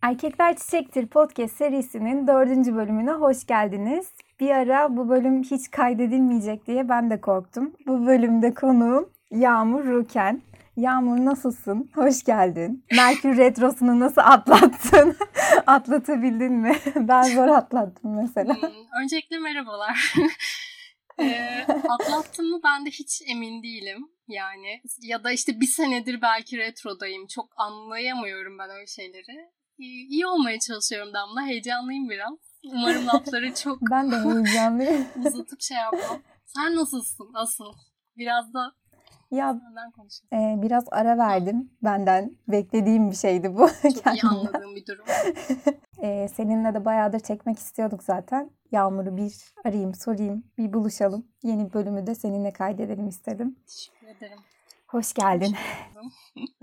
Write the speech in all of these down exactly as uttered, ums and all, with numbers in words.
Erkekler Çiçektir podcast serisinin dördüncü bölümüne hoş geldiniz. Bir ara bu bölüm hiç kaydedilmeyecek diye ben de korktum. Bu bölümde konuğum Yağmur Ruken. Yağmur nasılsın? Hoş geldin. Merkür Retrosu'nu nasıl atlattın? Atlatabildin mi? Ben zor atlattım mesela. Hmm, öncelikle merhabalar. e, atlattım mı ben de hiç emin değilim. Yani ya da işte bir senedir belki retrodayım. Çok anlayamıyorum ben öyle şeyleri. İyi olmaya çalışıyorum Damla. Heyecanlıyım biraz. Umarım lafları çok ben de heyecanlıyım. uzatıp şey yapmam. Sen nasılsın asıl? Biraz da ya, senden konuşalım. E, biraz ara verdim. Benden beklediğim bir şeydi bu. Çok iyi anladığım bir durum. e, seninle de bayağıdır çekmek istiyorduk zaten. Yağmur'u bir arayayım, sorayım, bir buluşalım. Yeni bir bölümü de seninle kaydedelim istedim. Teşekkür ederim. Hoş geldin. Hoş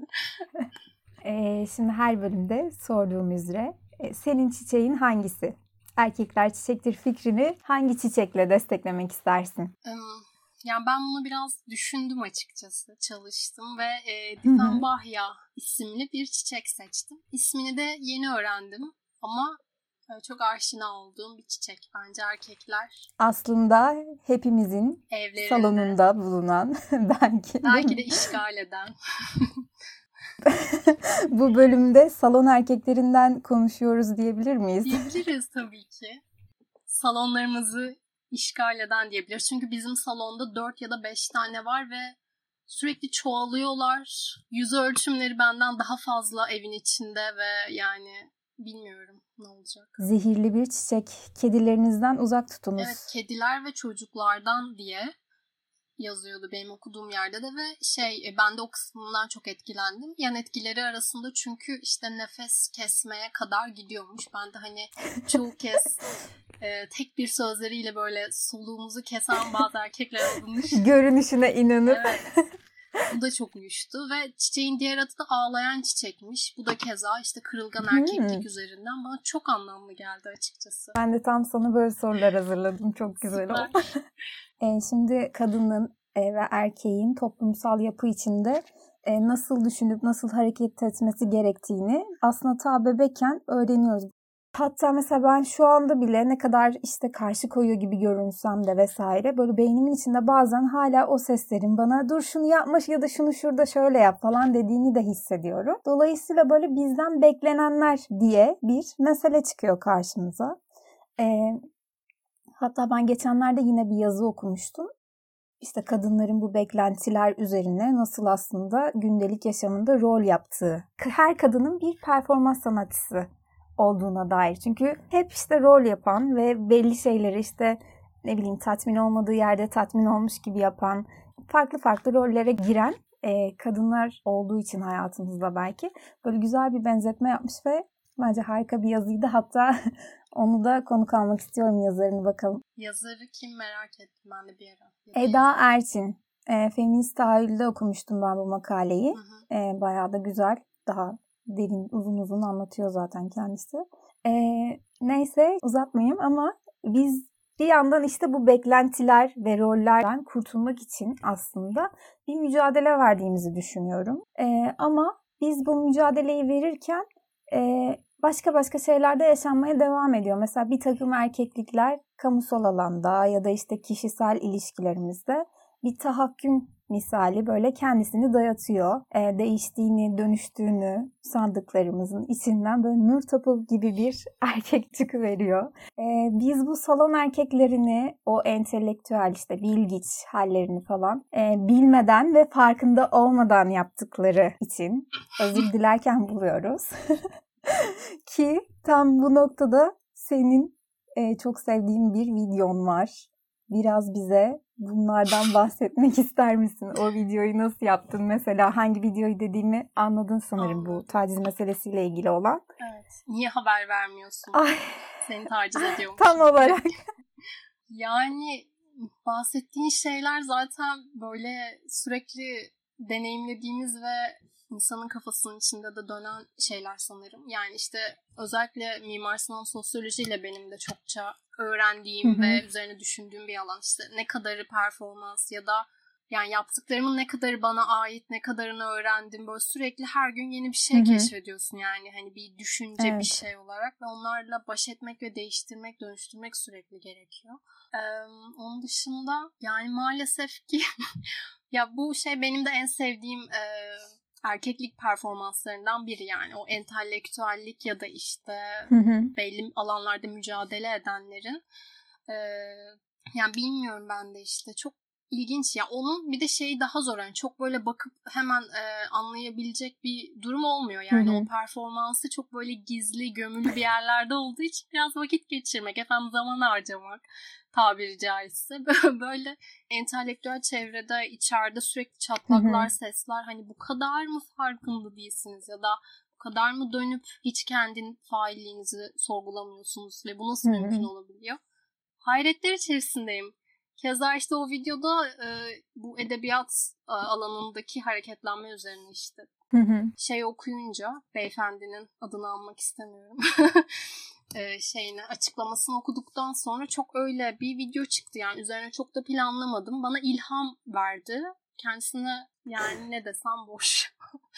e, şimdi her bölümde sorduğum üzere e, senin çiçeğin hangisi? Erkekler Çiçektir fikrini hangi çiçekle desteklemek istersin? Um, yani ben bunu biraz düşündüm açıkçası. Çalıştım ve e, Diffenbachia isimli bir çiçek seçtim. İsmini de yeni öğrendim ama e, çok aşina olduğum bir çiçek. Bence erkekler aslında hepimizin evlerinde, salonunda bulunan belki belki de işgal eden. Bu bölümde salon erkeklerinden konuşuyoruz diyebilir miyiz? Diyebiliriz tabii ki. Salonlarımızı işgal eden diyebiliriz. Çünkü bizim salonda dört ya da beş tane var ve sürekli çoğalıyorlar. Yüz ölçümleri benden daha fazla evin içinde ve yani bilmiyorum ne olacak. Zehirli bir çiçek. Kedilerinizden uzak tutunuz. Evet, kediler ve çocuklardan diye yazıyordu benim okuduğum yerde de ve şey ben de o kısmından çok etkilendim. Yan etkileri arasında çünkü işte nefes kesmeye kadar gidiyormuş. Ben de hani çoğu kez e, tek bir sözleriyle böyle soluğumuzu kesen bazı erkekler olmuş. Görünüşüne inanıp. Evet. Bu da çok uyuştu ve çiçeğin diğer adı da ağlayan çiçekmiş. Bu da keza işte kırılgan erkeklik hmm. üzerinden bana çok anlamlı geldi açıkçası. Ben de tam sana böyle sorular hazırladım. Çok güzel oldu. e, şimdi kadının e, ve erkeğin toplumsal yapı içinde e, nasıl düşünüp nasıl hareket etmesi gerektiğini aslında ta bebekken öğreniyoruz. Hatta mesela ben şu anda bile ne kadar işte karşı koyuyor gibi görünsem de vesaire böyle beynimin içinde bazen hala o seslerin bana dur şunu yapmış ya da şunu şurada şöyle yap falan dediğini de hissediyorum. Dolayısıyla böyle bizden beklenenler diye bir mesele çıkıyor karşımıza. Ee, hatta ben geçenlerde yine bir yazı okumuştum. İşte kadınların bu beklentiler üzerine nasıl aslında gündelik yaşamında rol yaptığı. Her kadının bir performans sanatçısı olduğuna dair. Çünkü hep işte rol yapan ve belli şeyleri işte ne bileyim tatmin olmadığı yerde tatmin olmuş gibi yapan, farklı farklı rollere giren e, kadınlar olduğu için hayatımızda belki böyle güzel bir benzetme yapmış ve bence harika bir yazıydı. Hatta onu da konuk almak istiyorum, yazarını bakalım. Yazarı kim merak ettim ben de bir ara. Eda Erçin. E, Feminist Tahayyül'de okumuştum ben bu makaleyi. Hı hı. E, bayağı da güzel. Daha derin, uzun uzun anlatıyor zaten kendisi. Ee, neyse uzatmayayım ama biz bir yandan işte bu beklentiler ve rollerden kurtulmak için aslında bir mücadele verdiğimizi düşünüyorum. Ee, ama biz bu mücadeleyi verirken e, başka başka şeyler de yaşanmaya devam ediyor. Mesela bir takım erkeklikler kamusal alanda ya da işte kişisel ilişkilerimizde bir tahakküm misali böyle kendisini dayatıyor. E, değiştiğini, dönüştüğünü sandıklarımızın içinden böyle nur topu gibi bir erkek çıkıveriyor. E, biz bu salon erkeklerini, o entelektüel işte bilgiç hallerini falan e, bilmeden ve farkında olmadan yaptıkları için özür dilerken buluyoruz. Ki tam bu noktada senin e, çok sevdiğin bir videon var. Biraz bize bunlardan bahsetmek ister misin? O videoyu nasıl yaptın? Mesela hangi videoyu dediğimi anladın sanırım. Anladım. Bu taciz meselesiyle ilgili olan. Evet. Niye haber vermiyorsun? Ay. Seni taciz ediyormuş. Tam olarak. Yani bahsettiğin şeyler zaten böyle sürekli deneyimlediğimiz ve insanın kafasının içinde de dönen şeyler sanırım. Yani işte özellikle Mimar Sinan sosyolojiyle benim de çokça öğrendiğim hı hı. ve üzerine düşündüğüm bir alan. İşte ne kadarı performans ya da Yani yaptıklarımın ne kadarı bana ait, ne kadarını öğrendim. Böyle sürekli her gün yeni bir şey Hı hı. keşfediyorsun yani. Hani bir düşünce, Evet. bir şey olarak ve onlarla baş etmek ve değiştirmek, dönüştürmek sürekli gerekiyor. Ee, onun dışında yani maalesef ki ya bu şey benim de en sevdiğim e, erkeklik performanslarından biri yani. O entelektüellik ya da işte Hı hı. belli alanlarda mücadele edenlerin e, yani bilmiyorum ben de işte çok İlginç ya. Onun bir de şeyi daha zor. Yani çok böyle bakıp hemen e, anlayabilecek bir durum olmuyor. Yani Hı hı. o performansı çok böyle gizli, gömülü bir yerlerde olduğu için biraz vakit geçirmek, efendim zaman harcamak tabiri caizse. Böyle entelektüel çevrede, içeride sürekli çatlaklar, Hı hı. sesler. Hani bu kadar mı farkında değilsiniz ya da bu kadar mı dönüp hiç kendin failliğinizi sorgulamıyorsunuz ve bu nasıl Hı mümkün hı. olabiliyor? Hayretler içerisindeyim. Keza işte o videoda e, bu edebiyat e, alanındaki hareketlenme üzerine işte Hı hı. şey okuyunca, beyefendinin adını anmak istemiyorum, e, şeyini açıklamasını okuduktan sonra çok öyle bir video çıktı yani üzerine çok da planlamadım. Bana ilham verdi. Kendisine yani ne desem boş.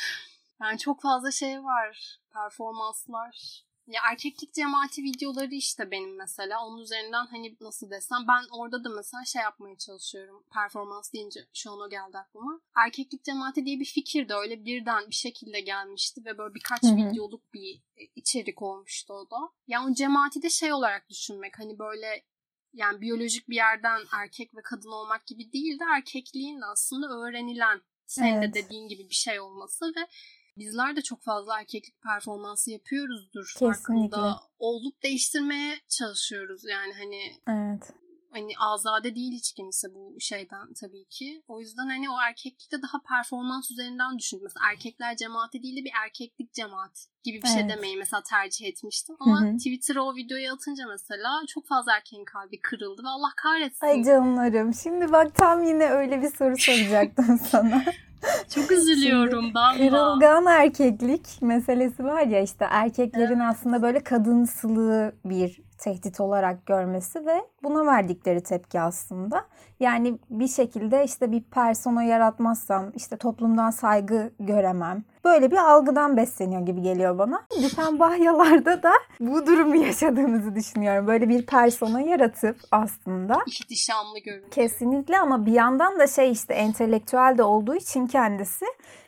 Yani çok fazla şey var, performanslar. Ya erkeklik cemaati videoları işte benim mesela. Onun üzerinden hani nasıl desem ben orada da mesela şey yapmaya çalışıyorum. Performans deyince şu an o geldi aklıma. Erkeklik cemaati diye bir fikir de öyle birden bir şekilde gelmişti ve böyle birkaç Hı hı. videoluk bir içerik olmuştu o da. Yani o cemaati de şey olarak düşünmek hani böyle yani biyolojik bir yerden erkek ve kadın olmak gibi değil de erkekliğin aslında öğrenilen senin Evet. de dediğin gibi bir şey olması ve bizler de çok fazla erkeklik performansı yapıyoruzdur. Kesinlikle. Farkında olup değiştirmeye çalışıyoruz. Yani hani Evet. hani azade değil hiç kimse bu şeyden tabii ki. O yüzden hani o erkeklikte daha performans üzerinden düşün. Mesela erkekler cemaati değil de bir erkeklik cemaati gibi bir şey Evet. demeyi mesela tercih etmiştim. Hı Ama hı. Twitter'a o videoyu atınca mesela çok fazla erkeğin kalbi kırıldı ve Allah kahretsin. Ay canlarım. Şimdi bak tam yine öyle bir soru soracaktım sana. Çok üzülüyorum Şimdi Damla. kırılgan erkeklik meselesi var ya işte erkeklerin Evet. aslında böyle kadınsılığı bir tehdit olarak görmesi ve buna verdikleri tepki aslında. Yani bir şekilde işte bir persona yaratmazsam işte toplumdan saygı göremem. Böyle bir algıdan besleniyor gibi geliyor bana. Düfenbahyalarda da bu durumu yaşadığımızı düşünüyorum. Böyle bir persona yaratıp aslında. İhtişamlı görünüyor. Kesinlikle ama bir yandan da şey işte entelektüel de olduğu için kendisi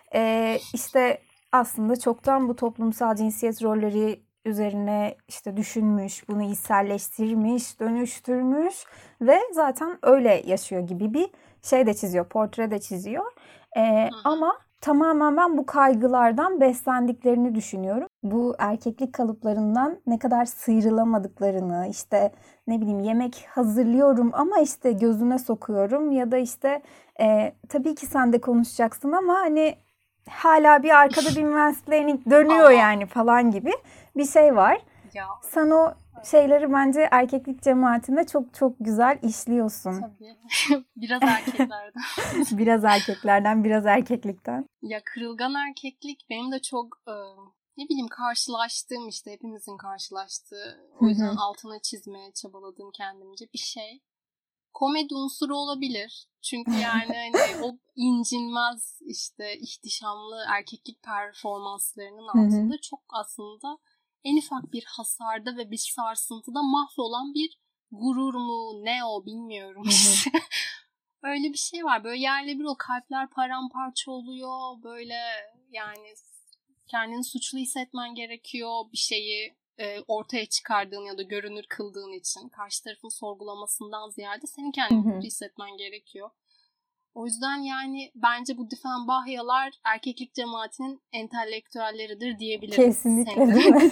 e, işte aslında çoktan bu toplumsal cinsiyet rolleri üzerine işte düşünmüş, bunu içselleştirmiş, dönüştürmüş ve zaten öyle yaşıyor gibi bir şey de çiziyor, portre de çiziyor. E, ama tamamen ben bu kaygılardan beslendiklerini düşünüyorum. Bu erkeklik kalıplarından ne kadar sıyrılamadıklarını, işte ne bileyim yemek hazırlıyorum ama işte gözüne sokuyorum ya da işte e, tabii ki sen de konuşacaksın ama hani hala bir arkada bir mansplaining dönüyor Aha. yani falan gibi bir şey var. Ya. Sen o şeyleri bence erkeklik cemaatinde çok çok güzel işliyorsun. Tabii. Biraz erkeklerden. Biraz erkeklerden, biraz erkeklikten. Ya kırılgan erkeklik benim de çok e, ne bileyim karşılaştığım işte hepimizin karşılaştığı o yüzden altına çizmeye çabaladığım kendimce bir şey. Komedi unsuru olabilir. Çünkü yani hani o incinmez işte ihtişamlı erkeklik performanslarının altında çok aslında en ufak bir hasarda ve bir sarsıntıda mahvolan bir gurur mu ne o bilmiyorum işte. Öyle bir şey var. Böyle yerle bir o kalpler paramparça oluyor. Böyle yani kendini suçlu hissetmen gerekiyor bir şeyi e, ortaya çıkardığın ya da görünür kıldığın için. Karşı tarafın sorgulamasından ziyade senin kendini kötü hissetmen gerekiyor. O yüzden yani bence bu Diffenbachyalar erkeklik cemaatinin entelektüelleridir diyebilirim. Kesinlikle değil mi?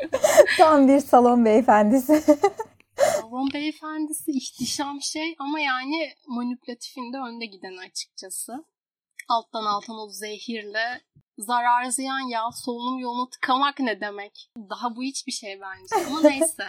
Tam bir salon beyefendisi. Salon beyefendisi ihtişam şey ama yani manipülatifinde önde giden açıkçası. Alttan alttan o zehirle zarar ziyan yağ solunum yolunu tıkamak ne demek? Daha bu hiçbir şey bence ama neyse.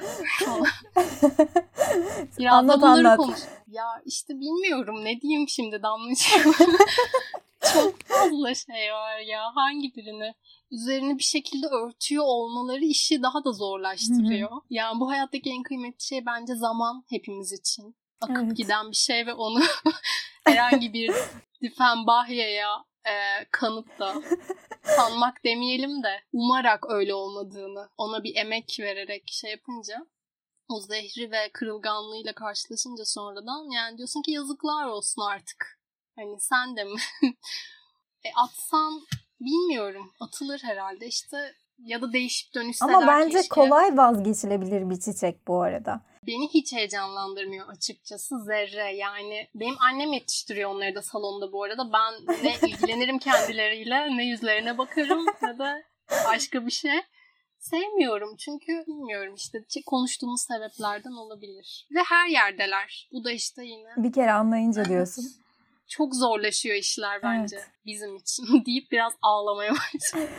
Biraz anlat, da bunları anlat. konuş. Ya işte bilmiyorum ne diyeyim şimdi Damlacığım. Çok fazla şey var ya hangi birini? Üzerini bir şekilde örtüyor olmaları işi daha da zorlaştırıyor. Hı-hı. Yani bu hayattaki en kıymetli şey bence zaman hepimiz için. Akıp evet. giden bir şey ve onu herhangi bir Diffenbachia'ya e, kanıp da sanmak demeyelim de umarak öyle olmadığını, ona bir emek vererek şey yapınca, o zehri ve kırılganlığıyla karşılaşınca sonradan yani diyorsun ki yazıklar olsun artık. Hani sen de mi? e, atsan bilmiyorum, atılır herhalde işte, ya da değişip dönüşseler Ama bence keşke. kolay vazgeçilebilir bir çiçek bu arada. Beni hiç heyecanlandırmıyor açıkçası zerre. Yani benim annem yetiştiriyor onları da salonda bu arada. Ben ne ilgilenirim kendileriyle, ne yüzlerine bakarım ya da başka bir şey. Sevmiyorum çünkü bilmiyorum işte konuştuğumuz sebeplerden olabilir. Ve her yerdeler. Bu da işte yine. Bir kere anlayınca Evet. diyorsun. Çok zorlaşıyor işler bence Evet. bizim için deyip biraz ağlamaya başladım.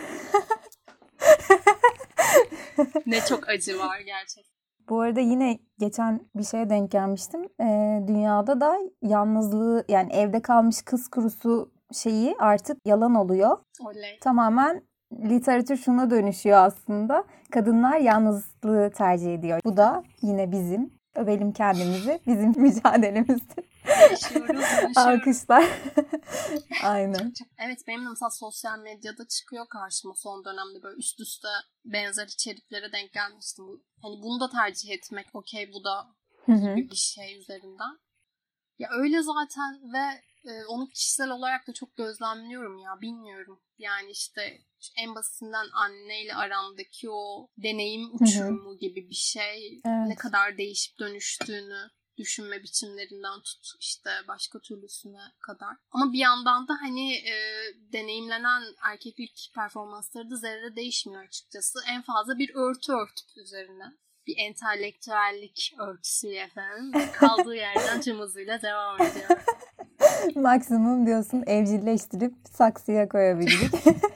Ne çok acı var gerçekten. Bu arada yine geçen bir şeye denk gelmiştim. Ee, dünyada da yalnızlığı, yani evde kalmış kız kurusu şeyi artık yalan oluyor. Oley. Tamamen literatür şuna dönüşüyor aslında. Kadınlar yalnızlığı tercih ediyor. Bu da yine bizim, övelim kendimizi, bizim mücadelemizdir. Yaşıyoruz, yaşıyoruz. Alkışlar. Aynen. Evet, benim de mesela sosyal medyada çıkıyor karşıma son dönemde böyle üst üste benzer içeriklere denk gelmiştim. Hani bunu da tercih etmek okey, bu da gibi bir şey üzerinden. Ya öyle zaten ve e, onu kişisel olarak da çok gözlemliyorum ya, bilmiyorum. Yani işte en basitinden anneyle arandaki o deneyim uçurumu gibi bir şey. Evet. Ne kadar değişip dönüştüğünü düşünme biçimlerinden tut işte başka türlüsüne kadar. Ama bir yandan da hani e, deneyimlenen erkeklik performansları da zerre değişmiyor açıkçası. En fazla bir örtü örtüp üzerine. Bir entelektüellik örtüsü efendim. Kaldığı yerden tüm hızıyla devam ediyor. Maksimum diyorsun evcilleştirip saksıya koyabilirik.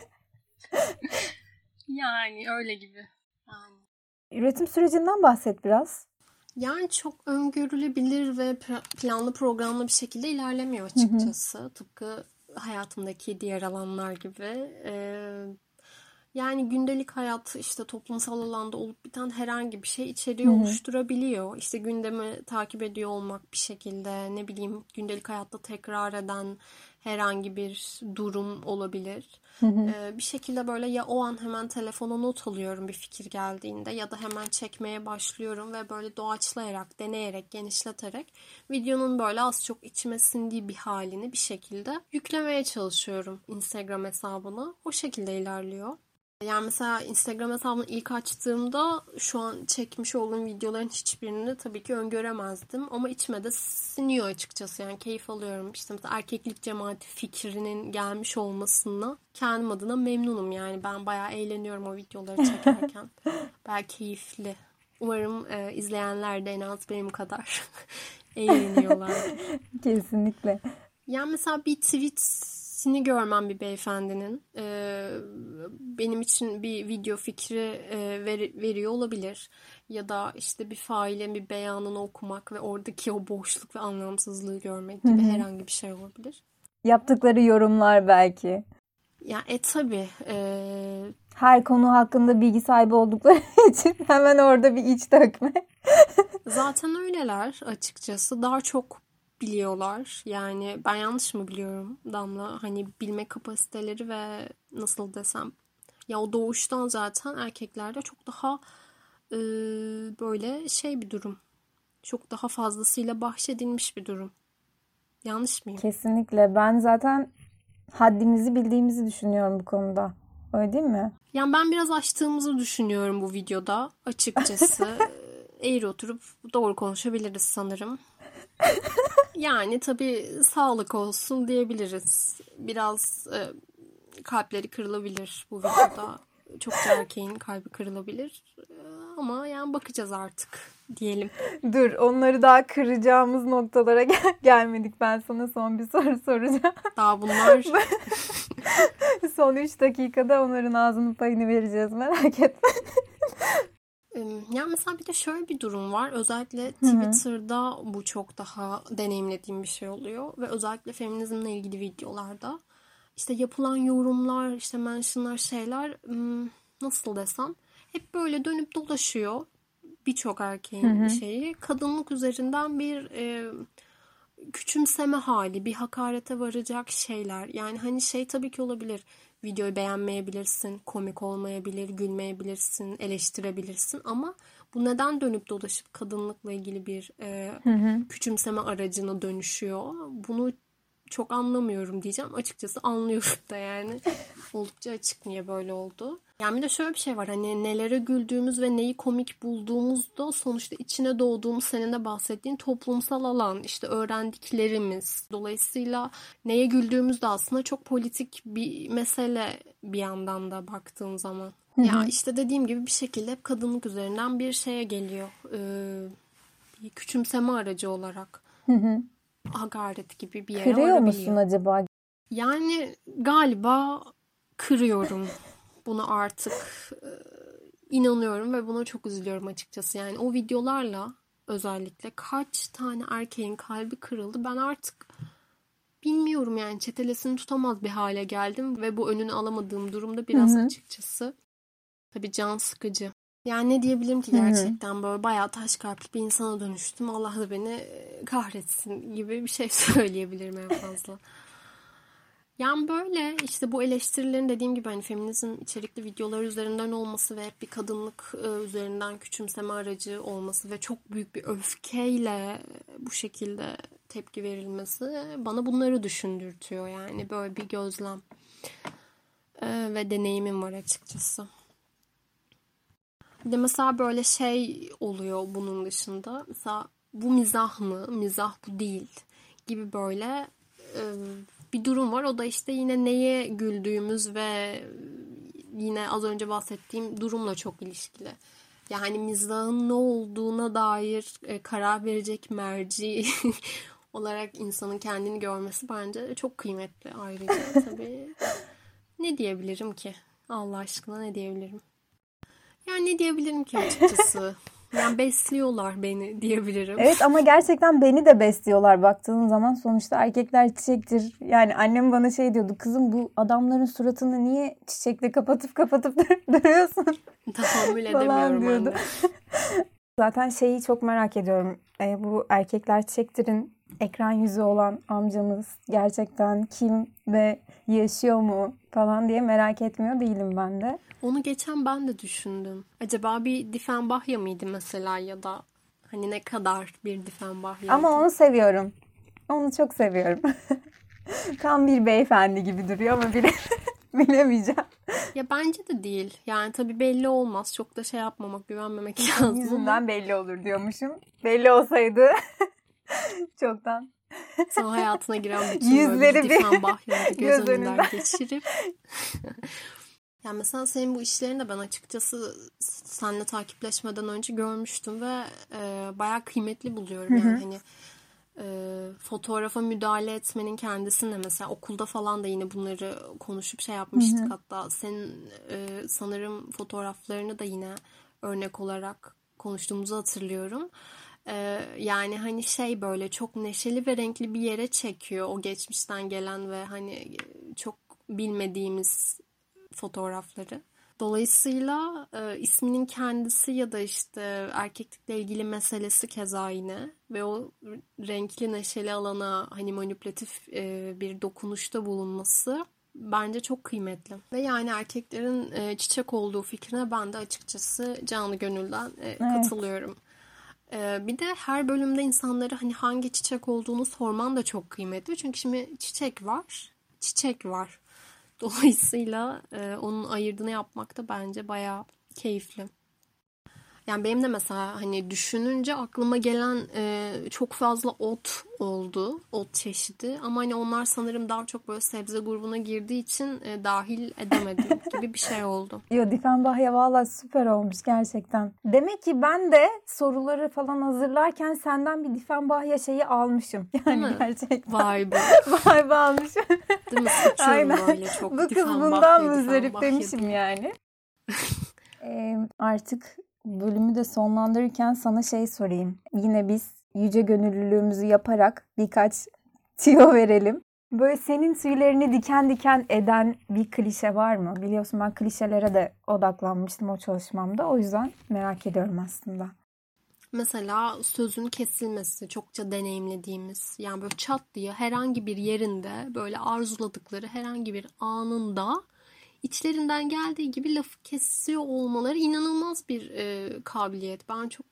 Yani öyle gibi. Yani. Üretim sürecinden bahset biraz. Yani çok öngörülebilir ve planlı programlı bir şekilde ilerlemiyor açıkçası. Hı hı. Tıpkı hayatımdaki diğer alanlar gibi. Ee, yani gündelik hayat işte toplumsal alanda olup biten herhangi bir şey içeriği hı hı. oluşturabiliyor. İşte gündemi takip ediyor olmak bir şekilde, ne bileyim gündelik hayatta tekrar eden herhangi bir durum olabilir. Hı hı. Ee, bir şekilde böyle ya o an hemen telefona not alıyorum bir fikir geldiğinde ya da hemen çekmeye başlıyorum ve böyle doğaçlayarak, deneyerek, genişleterek videonun böyle az çok içime sindiği bir halini bir şekilde yüklemeye çalışıyorum Instagram hesabına. O şekilde ilerliyor. Yani mesela Instagram hesabını ilk açtığımda şu an çekmiş olduğum videoların hiçbirini tabii ki öngöremezdim. Ama içime de siniyor açıkçası. Yani keyif alıyorum. İşte mesela erkeklik cemaati fikrinin gelmiş olmasına kendim adına memnunum. Yani ben bayağı eğleniyorum o videoları çekerken. Bayağı keyifli. Umarım e, izleyenler de en az benim kadar eğleniyorlar. Kesinlikle. Yani mesela bir tweet sini görmem bir beyefendinin e, benim için bir video fikri e, ver, veriyor olabilir. Ya da işte bir failin bir beyanını okumak ve oradaki o boşluk ve anlamsızlığı görmek gibi Hı-hı. herhangi bir şey olabilir. Yaptıkları yorumlar belki. Ya e tabii. E, Her konu hakkında bilgi sahibi oldukları için hemen orada bir iç dökme. Zaten öyleler açıkçası. Daha çok biliyorlar. Yani ben yanlış mı biliyorum Damla? Hani bilme kapasiteleri ve nasıl desem, ya o doğuştan zaten erkeklerde çok daha e, böyle şey bir durum. Çok daha fazlasıyla bahşedilmiş bir durum. Yanlış mıyım? Kesinlikle. Ben zaten haddimizi bildiğimizi düşünüyorum bu konuda. Öyle değil mi? Yani ben biraz aştığımızı düşünüyorum bu videoda açıkçası. Eğri oturup doğru konuşabiliriz sanırım. Yani tabii sağlık olsun diyebiliriz. Biraz e, kalpleri kırılabilir bu videoda. Çokça erkeğin kalbi kırılabilir. E, ama yani bakacağız artık diyelim. Dur, onları daha kıracağımız noktalara gel- gelmedik. Ben sana son bir soru soracağım. Daha bunlar... Son üç dakikada onların ağzının payını vereceğiz, merak etme. Yani mesela bir de şöyle bir durum var. Özellikle Twitter'da Hı-hı. bu çok daha deneyimlediğim bir şey oluyor. Ve özellikle feminizmle ilgili videolarda işte yapılan yorumlar, işte mentionlar, şeyler nasıl desem hep böyle dönüp dolaşıyor. Birçok erkeğin Hı-hı. şeyi. Kadınlık üzerinden bir e, küçümseme hali, bir hakarete varacak şeyler. Yani hani şey tabii ki olabilir. Videoyu beğenmeyebilirsin, komik olmayabilir, gülmeyebilirsin, eleştirebilirsin ama bu neden dönüp dolaşıp kadınlıkla ilgili bir e, Hı hı. küçümseme aracına dönüşüyor? Bunu çok anlamıyorum diyeceğim. Açıkçası anlıyorum da yani. Oldukça açık niye böyle oldu. Yani bir de şöyle bir şey var. Hani nelere güldüğümüz ve neyi komik bulduğumuzda sonuçta içine doğduğumuz, senin de bahsettiğin toplumsal alan, işte öğrendiklerimiz. Dolayısıyla neye güldüğümüz de aslında çok politik bir mesele bir yandan da baktığın zaman. Hı Ya hı. işte dediğim gibi bir şekilde hep kadınlık üzerinden bir şeye geliyor. Ee, bir küçümseme aracı olarak. Hı hı. Hakaret gibi bir yere Kırıyor musun varabiliyor. acaba? Yani galiba kırıyorum. Bunu artık e, inanıyorum ve buna çok üzülüyorum açıkçası. Yani o videolarla özellikle kaç tane erkeğin kalbi kırıldı. Ben artık bilmiyorum yani çetelesini tutamaz bir hale geldim ve bu önünü alamadığım durumda Hı biraz hı. açıkçası tabii can sıkıcı. Yani ne diyebilirim ki Hı hı. gerçekten böyle bayağı taş kalpli bir insana dönüştüm. Allah da beni e, kahretsin gibi bir şey söyleyebilirim en fazla. Yani böyle işte bu eleştirilerin dediğim gibi hani feminizm içerikli videolar üzerinden olması ve hep bir kadınlık e, üzerinden küçümseme aracı olması ve çok büyük bir öfkeyle bu şekilde tepki verilmesi bana bunları düşündürtüyor. Yani böyle bir gözlem e, ve deneyimim var açıkçası. Bir de mesela böyle şey oluyor bunun dışında. Mesela bu mizah mı? Mizah bu değil gibi böyle e, bir durum var. O da işte yine neye güldüğümüz ve yine az önce bahsettiğim durumla çok ilişkili. Yani mizahın ne olduğuna dair e, karar verecek merci olarak insanın kendini görmesi bence çok kıymetli ayrıca tabii. Ne diyebilirim ki? Allah aşkına ne diyebilirim? Yani ne diyebilirim ki açıkçası? Yani besliyorlar beni diyebilirim. Evet ama gerçekten beni de besliyorlar baktığın zaman. Sonuçta erkekler çiçektir. Yani annem bana şey diyordu. Kızım bu adamların suratını niye çiçekle kapatıp kapatıp duruyorsun Tahammül falan edemiyorum diyordu. anne. Zaten şeyi çok merak ediyorum. E, bu erkekler çiçektir'in ekran yüzü olan amcamız gerçekten kim ve yaşıyor mu falan diye merak etmiyor değilim ben de. Onu geçen ben de düşündüm. Acaba bir Diffenbachya mıydı mesela ya da hani ne kadar bir Ama Diffenbachya'ydı? onu seviyorum. Onu çok seviyorum. Tam bir beyefendi gibi duruyor ama bile, bilemeyeceğim. Ya bence de değil. Yani tabii belli olmaz. Çok da şey yapmamak, güvenmemek lazım ama Yüzünden belli olur diyormuşum. Belli olsaydı çoktan. sen hayatına giren bütün böyle Yüzleri bir bir Diffenbachyaları göz göz önünden önünden. geçirip yani mesela senin bu işlerini de ben açıkçası seninle takipleşmeden önce görmüştüm ve e, bayağı kıymetli buluyorum. Hı Yani hı. hani e, fotoğrafa müdahale etmenin kendisinde mesela okulda falan da yine bunları konuşup şey Hı yapmıştık. hı. Hatta senin e, sanırım fotoğraflarını da yine örnek olarak konuştuğumuzu hatırlıyorum. E, yani hani şey böyle çok neşeli ve renkli bir yere çekiyor o geçmişten gelen ve hani çok bilmediğimiz fotoğrafları. Dolayısıyla e, isminin kendisi ya da işte erkeklikle ilgili meselesi keza yine ve o renkli neşeli alana hani manipülatif e, bir dokunuşta bulunması bence çok kıymetli. Ve yani erkeklerin e, çiçek olduğu fikrine ben de açıkçası canı gönülden e, Evet. katılıyorum. E, bir de her bölümde insanlara hani hangi çiçek olduğunu sorman da çok kıymetli. Çünkü şimdi çiçek var, çiçek var. Dolayısıyla e, onun ayırdığını yapmak da bence bayağı keyifli. Yani benim de mesela hani düşününce aklıma gelen e, çok fazla ot oldu. Ot çeşidi. Ama hani onlar sanırım daha çok böyle sebze grubuna girdiği için e, dahil edemedim gibi bir şey oldu. Yo, Diffenbachya valla süper olmuş gerçekten. Demek ki ben de soruları falan hazırlarken senden bir Diffenbachya şeyi almışım. Değil Yani mi? gerçekten Vay be. vibe almışım. Değil mi? Seçiyorum Aynen. böyle çok. Bu kız bundan Diffenbachya, muzdarip Diffenbachya demişim diye. yani. Ee, artık bölümü de sonlandırırken sana şey sorayım. Yine biz yüce gönüllülüğümüzü yaparak birkaç tüyo verelim. Böyle senin tüylerini diken diken eden bir klişe var mı? Biliyorsun ben klişelere de odaklanmıştım o çalışmamda. O yüzden merak ediyorum aslında. Mesela sözün kesilmesi çokça deneyimlediğimiz, yani böyle çat diye herhangi bir yerinde böyle arzuladıkları herhangi bir anında içlerinden geldiği gibi lafı kesiyor olmaları inanılmaz bir e, kabiliyet. Ben çok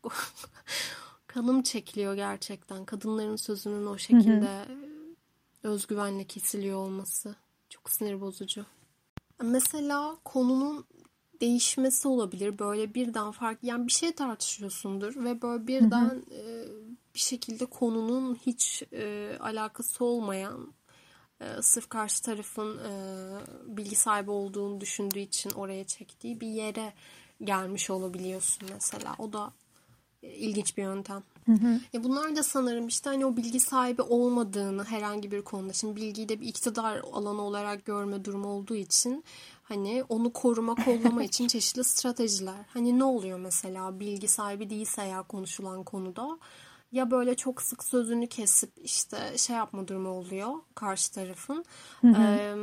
kanım çekiliyor gerçekten. Kadınların sözünün o şekilde özgüvenle kesiliyor olması çok sinir bozucu. Mesela konunun değişmesi olabilir. Böyle birden farklı, yani bir şey tartışıyorsundur ve böyle birden hı hı. E, bir şekilde konunun hiç e, alakası olmayan, e, sırf karşı tarafın e, bilgi sahibi olduğunu düşündüğü için oraya çektiği bir yere gelmiş olabiliyorsun mesela. O da e, ilginç bir yöntem. Hı hı. Ya bunlar da sanırım işte hani o bilgi sahibi olmadığını herhangi bir konuda, şimdi bilgiyi de bir iktidar alanı olarak görme durumu olduğu için hani onu koruma kollama için çeşitli stratejiler. Hani ne oluyor mesela bilgi sahibi değilse eğer konuşulan konuda, ya böyle çok sık sözünü kesip işte şey yapma durumu oluyor karşı tarafın. Hı hı. Ee,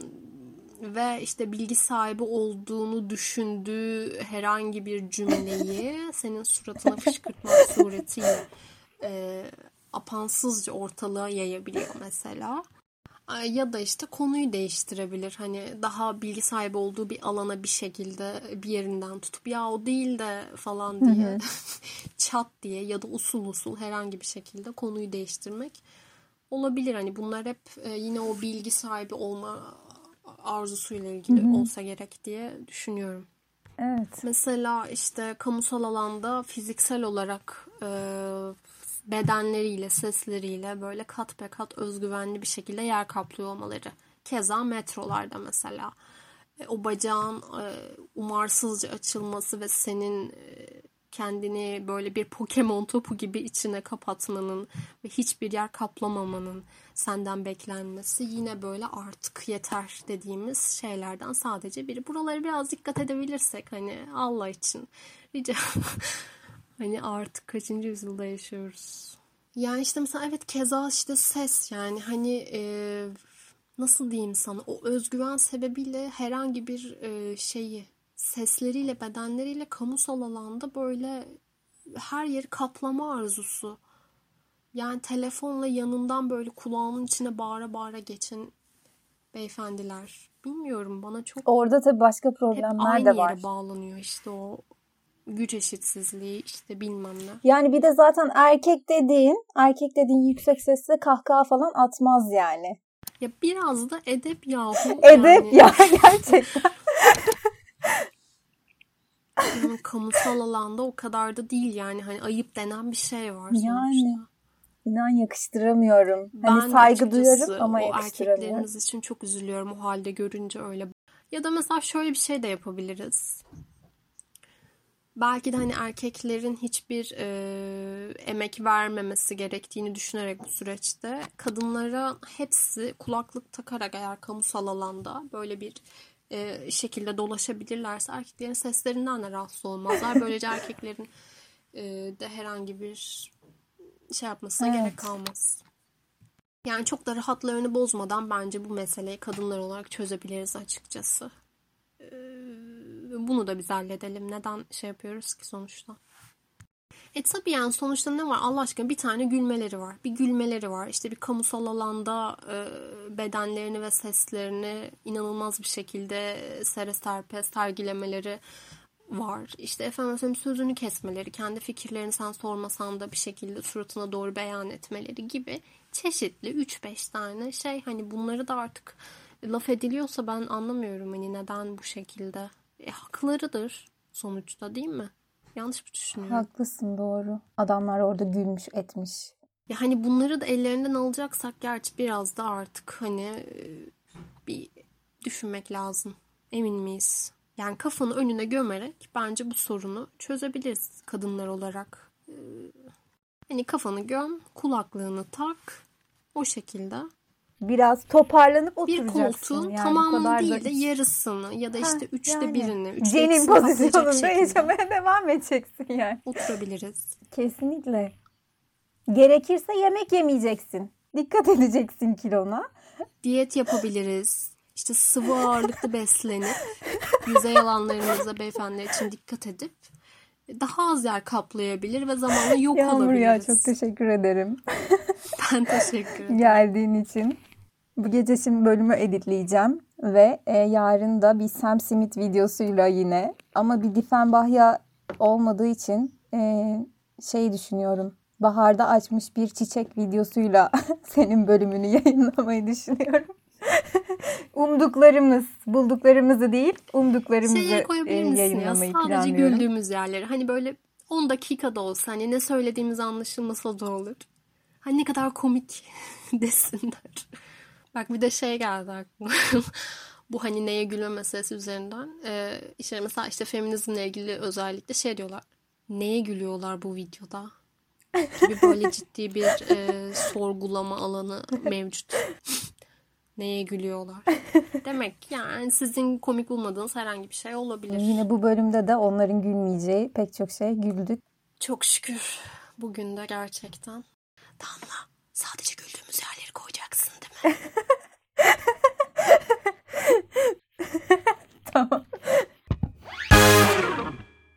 ve işte bilgi sahibi olduğunu düşündüğü herhangi bir cümleyi senin suratına fışkırtmak suretiyle e, apansızca ortalığa yayabiliyor mesela. Ya da işte konuyu değiştirebilir. Hani daha bilgi sahibi olduğu bir alana bir şekilde bir yerinden tutup ya o değil de falan diye çat diye ya da usul usul herhangi bir şekilde konuyu değiştirmek olabilir. Hani bunlar hep yine o bilgi sahibi olma arzusuyla ilgili hı hı. olsa gerek diye düşünüyorum. Evet. Mesela işte kamusal alanda fiziksel olarak e, bedenleriyle, sesleriyle böyle kat be kat özgüvenli bir şekilde yer kaplıyor olmaları. Keza metrolarda mesela e, o bacağın e, umarsızca açılması ve senin e, kendini böyle bir Pokemon topu gibi içine kapatmanın ve hiçbir yer kaplamamanın senden beklenmesi yine böyle artık yeter dediğimiz şeylerden sadece biri. Buraları biraz dikkat edebilirsek hani Allah için rica hani artık kaçıncı yüzyılda yaşıyoruz? Yani işte mesela evet keza işte ses, yani hani e, nasıl diyeyim sana, o özgüven sebebiyle herhangi bir e, şeyi sesleriyle bedenleriyle kamusal alanda böyle her yeri kaplama arzusu. Yani telefonla yanından böyle kulağının içine bağıra bağıra geçen beyefendiler. Bilmiyorum, bana çok orada tabii başka hep problemler aynı de var. yere bağlanıyor işte o güç eşitsizliği işte bilmem ne. Yani bir de zaten erkek dediğin, erkek dediğin yüksek sesle kahkaha falan atmaz yani. Ya biraz da edep yahu. Edep yani. ya gerçekten. Yani kamusal alanda o kadar da değil yani, hani ayıp denen bir şey var sonuçta. Yani inan yakıştıramıyorum. Ben hani saygı duyarım ama o yakıştıramıyorum. erkeklerimiz için çok üzülüyorum o halde görünce öyle. Ya da mesela şöyle bir şey de yapabiliriz. Belki de hani erkeklerin hiçbir e, emek vermemesi gerektiğini düşünerek bu süreçte kadınlara hepsi kulaklık takarak eğer kamusal alanda böyle bir e, şekilde dolaşabilirlerse erkeklerin seslerinden de rahatsız olmazlar. Böylece erkeklerin e, de herhangi bir şey yapmasına evet. gerek kalmaz. Yani çok da rahatlarını bozmadan bence bu meseleyi kadınlar olarak çözebiliriz açıkçası. Bunu da biz halledelim. Neden şey yapıyoruz ki sonuçta? E tabii yani sonuçta ne var Allah aşkına, bir tane gülmeleri var. Bir gülmeleri var. İşte bir kamusal alanda e, bedenlerini ve seslerini inanılmaz bir şekilde sere serpe sergilemeleri var. İşte efendim sözünü kesmeleri, kendi fikirlerini sen sormasan da bir şekilde suratına doğru beyan etmeleri gibi çeşitli üç beş tane şey. Hani bunları da artık laf ediliyorsa ben anlamıyorum hani neden bu şekilde. E, haklarıdır sonuçta, değil mi? Yanlış mı düşünüyorum? Haklısın, doğru. Adamlar orada gülmüş etmiş. Ya hani bunları da ellerinden alacaksak gerçi biraz da artık hani bir düşünmek lazım. Emin miyiz? Yani kafanı önüne gömerek bence bu sorunu çözebiliriz kadınlar olarak. Ee, hani kafanı göm, kulaklığını tak, o şekilde. Biraz toparlanıp oturacaksın. Bir koltuğun yani tamamını değil de yarısını ya da işte ha, üçte yani. birini, üçte Cenin pozisyonunda yaşamaya devam edeceksin yani. Oturabiliriz. Kesinlikle. Gerekirse yemek yemeyeceksin. Dikkat edeceksin kilona. Diyet yapabiliriz. İşte sıvı ağırlıklı beslenip yüzey alanlarımıza beyefendiler için dikkat edip daha az yer kaplayabilir ve zamanla yok Yağmur olabiliriz. ya, çok teşekkür ederim. Ben teşekkür ederim. Geldiğin için. Bu gece şimdi bölümü editleyeceğim ve e, yarın da bir Sam Smith videosuyla yine, ama bir Diefenbach'ya olmadığı için e, şey düşünüyorum. Baharda açmış bir çiçek videosuyla senin bölümünü yayınlamayı düşünüyorum. Umduklarımız, bulduklarımızı değil, umduklarımızı Şeyleri e, koyabilir misin ya? yayınlamayı Sadece planlıyorum. güldüğümüz yerleri. Hani böyle on dakikada olsa hani ne söylediğimiz anlaşılmasa da olur. Hani ne kadar komik desinler. Bak bir de şey geldi aklıma. Bu hani neye gülme meselesi üzerinden. Ee, işte mesela işte feminizmle ilgili özellikle şey diyorlar. Neye gülüyorlar bu videoda? Gibi böyle ciddi bir e, sorgulama alanı mevcut. Neye gülüyorlar? Demek yani sizin komik bulmadığınız herhangi bir şey olabilir. Yine bu bölümde de onların gülmeyeceği pek çok şey güldük. Çok şükür. Bugün de gerçekten. Damla sadece